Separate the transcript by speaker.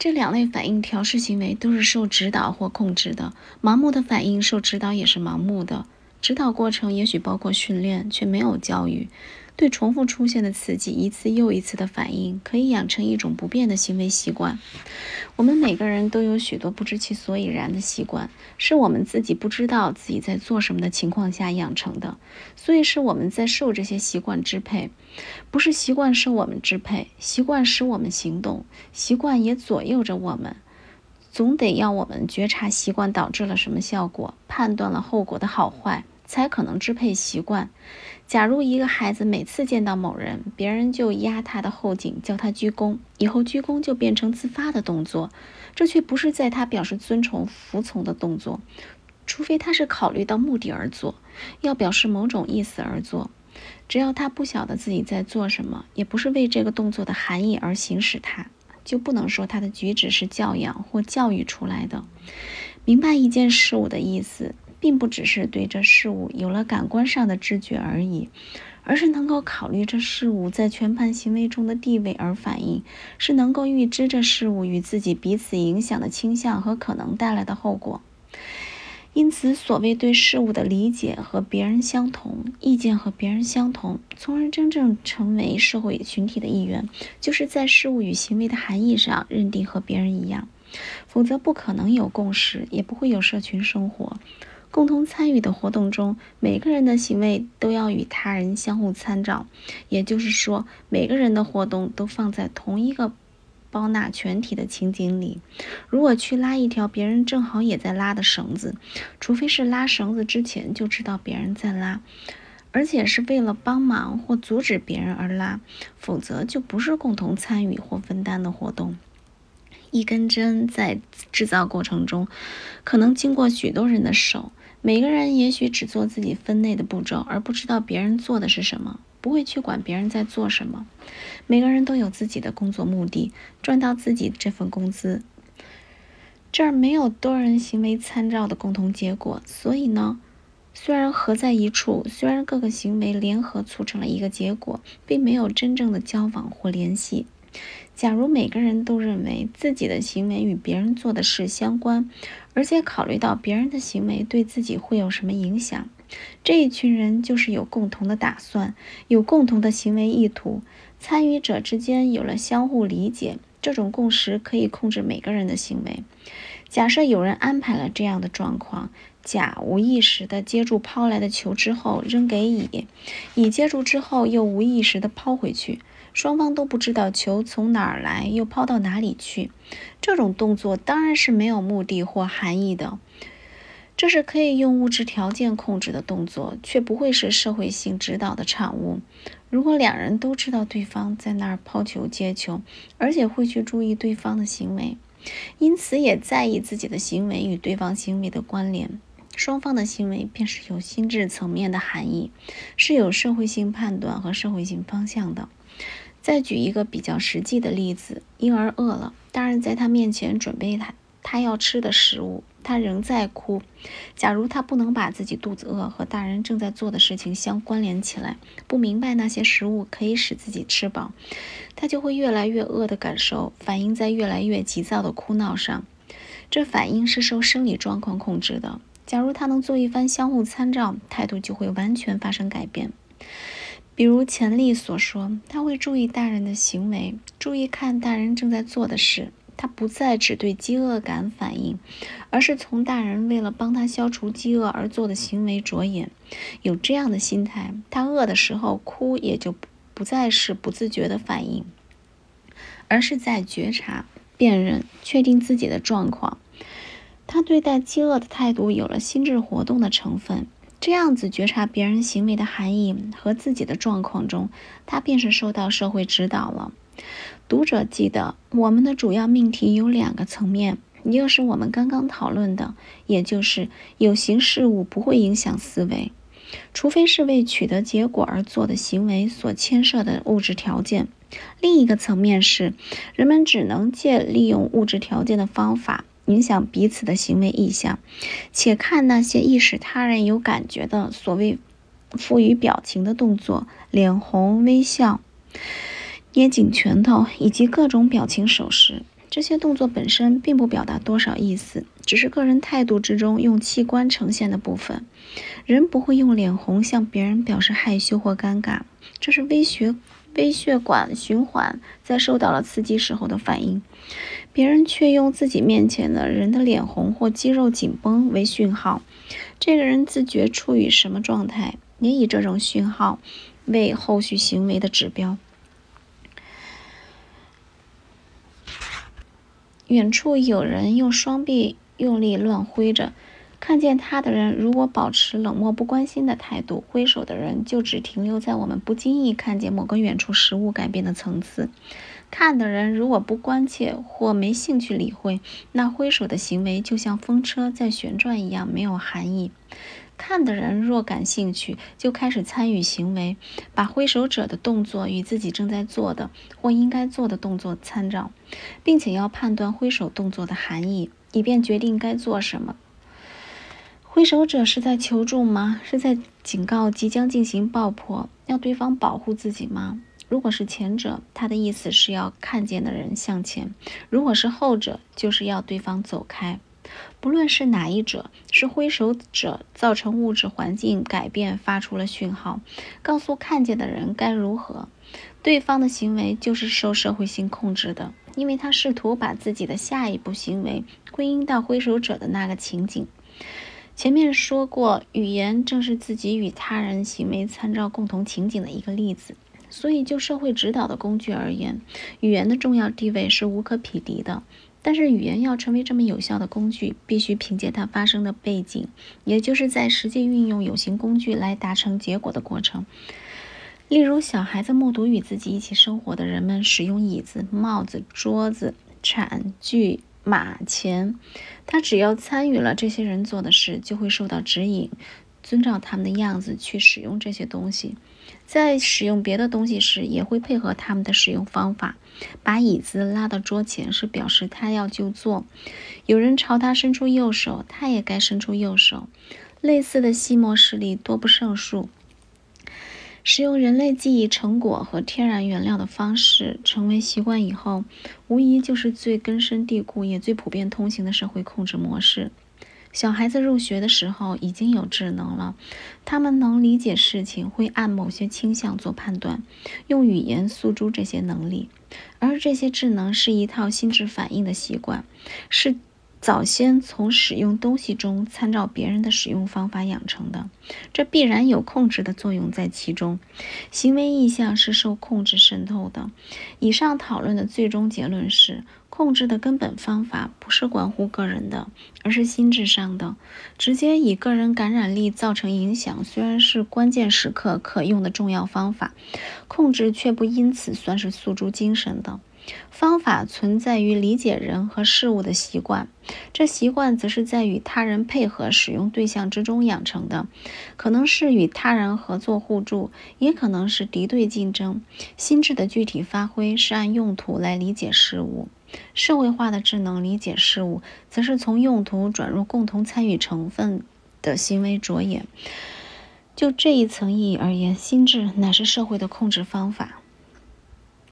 Speaker 1: 这两类反应调试行为都是受指导或控制的，盲目的反应受指导也是盲目的。指导过程也许包括训练，却没有教育。对重复出现的刺激一次又一次的反应，可以养成一种不变的行为习惯。我们每个人都有许多不知其所以然的习惯，是我们自己不知道自己在做什么的情况下养成的，所以是我们在受这些习惯支配。不是习惯受我们支配，习惯使我们行动，习惯也左右着我们。总得要我们觉察习惯导致了什么效果，判断了后果的好坏，才可能支配习惯。假如一个孩子每次见到某人，别人就压他的后颈，叫他鞠躬，以后鞠躬就变成自发的动作，这却不是在他表示尊崇服从的动作，除非他是考虑到目的而做，要表示某种意思而做。只要他不晓得自己在做什么，也不是为这个动作的含义而行使它，就不能说他的举止是教养或教育出来的。明白一件事物的意思，并不只是对这事物有了感官上的知觉而已，而是能够考虑这事物在全盘行为中的地位而反应，是能够预知这事物与自己彼此影响的倾向和可能带来的后果。因此，所谓对事物的理解和别人相同，意见和别人相同，从而真正成为社会群体的一员，就是在事物与行为的含义上认定和别人一样，否则不可能有共识，也不会有社群生活。共同参与的活动中，每个人的行为都要与他人相互参照，也就是说，每个人的活动都放在同一个包纳全体的情景里。如果去拉一条别人正好也在拉的绳子，除非是拉绳子之前就知道别人在拉，而且是为了帮忙或阻止别人而拉，否则就不是共同参与或分担的活动。一根针在制造过程中可能经过许多人的手，每个人也许只做自己分内的步骤，而不知道别人做的是什么，不会去管别人在做什么。每个人都有自己的工作目的，赚到自己这份工资。这儿没有多人行为参照的共同结果，所以呢，虽然合在一处，虽然各个行为联合促成了一个结果，并没有真正的交往或联系。假如每个人都认为自己的行为与别人做的事相关，而且考虑到别人的行为对自己会有什么影响，这一群人就是有共同的打算，有共同的行为意图，参与者之间有了相互理解，这种共识可以控制每个人的行为。假设有人安排了这样的状况，甲无意识地接住抛来的球之后扔给乙，乙接住之后又无意识地抛回去，双方都不知道球从哪儿来又抛到哪里去，这种动作当然是没有目的或含义的。这是可以用物质条件控制的动作，却不会是社会性指导的产物。如果两人都知道对方在那儿抛球接球，而且会去注意对方的行为，因此也在意自己的行为与对方行为的关联，双方的行为便是有心智层面的含义，是有社会性判断和社会性方向的。再举一个比较实际的例子，婴儿饿了，大人在他面前准备他要吃的食物，他仍在哭。假如他不能把自己肚子饿和大人正在做的事情相关联起来，不明白那些食物可以使自己吃饱，他就会越来越饿的感受反映在越来越急躁的哭闹上。这反应是受生理状况控制的。假如他能做一番相互参照，态度就会完全发生改变。比如钱丽所说，他会注意大人的行为，注意看大人正在做的事，他不再只对饥饿感反应，而是从大人为了帮他消除饥饿而做的行为着眼。有这样的心态，他饿的时候哭也就不再是不自觉的反应，而是在觉察、辨认、确定自己的状况。他对待饥饿的态度有了心智活动的成分，这样子觉察别人行为的含义和自己的状况中，他便是受到社会指导了。读者记得，我们的主要命题有两个层面，一个是我们刚刚讨论的，也就是有形事物不会影响思维，除非是为取得结果而做的行为所牵涉的物质条件。另一个层面是，人们只能借利用物质条件的方法影响彼此的行为意向，且看那些易使他人有感觉的所谓赋予表情的动作，脸红、微笑、捏紧拳头以及各种表情手势， 这些动作本身并不表达多少意思，只是个人态度之中用器官呈现的部分。人不会用脸红向别人表示害羞或尴尬，这是微血管循环在受到了刺激时候的反应。别人却用自己面前的人的脸红或肌肉紧绷为讯号，这个人自觉处于什么状态，也以这种讯号为后续行为的指标。远处有人用双臂用力乱挥着，看见他的人如果保持冷漠不关心的态度，挥手的人就只停留在我们不经意看见某个远处事物改变的层次。看的人如果不关切或没兴趣理会，那挥手的行为就像风车在旋转一样没有含义。看的人若感兴趣，就开始参与行为，把挥手者的动作与自己正在做的或应该做的动作参照，并且要判断挥手动作的含义，以便决定该做什么。挥手者是在求助吗？是在警告即将进行爆破，要对方保护自己吗？如果是前者，他的意思是要看见的人向前；如果是后者，就是要对方走开。不论是哪一者，是挥手者造成物质环境改变发出了讯号，告诉看见的人该如何。对方的行为就是受社会性控制的，因为他试图把自己的下一步行为归因到挥手者的那个情景。前面说过，语言正是自己与他人行为参照共同情景的一个例子。所以就社会指导的工具而言，语言的重要地位是无可匹敌的。但是语言要成为这么有效的工具，必须凭借它发生的背景，也就是在实际运用有形工具来达成结果的过程。例如，小孩子目睹与自己一起生活的人们使用椅子、帽子、桌子、铲、锯、马、钱，他只要参与了这些人做的事，就会受到指引，遵照他们的样子去使用这些东西。在使用别的东西时，也会配合他们的使用方法。把椅子拉到桌前是表示他要就坐，有人朝他伸出右手，他也该伸出右手。类似的细末事例多不胜数。使用人类记忆成果和天然原料的方式成为习惯以后，无疑就是最根深蒂固也最普遍通行的社会控制模式。小孩子入学的时候已经有智能了，他们能理解事情，会按某些倾向做判断，用语言诉诸这些能力。而这些智能是一套心智反应的习惯，是早先从使用东西中参照别人的使用方法养成的，这必然有控制的作用在其中。行为意向是受控制渗透的。以上讨论的最终结论是，控制的根本方法不是关乎个人的，而是心智上的。直接以个人感染力造成影响，虽然是关键时刻可用的重要方法，控制却不因此算是诉诸精神的。方法存在于理解人和事物的习惯，这习惯则是在与他人配合使用对象之中养成的，可能是与他人合作互助，也可能是敌对竞争。心智的具体发挥是按用途来理解事物，社会化的智能理解事物，则是从用途转入共同参与成分的行为着眼。就这一层意义而言，心智乃是社会的控制方法。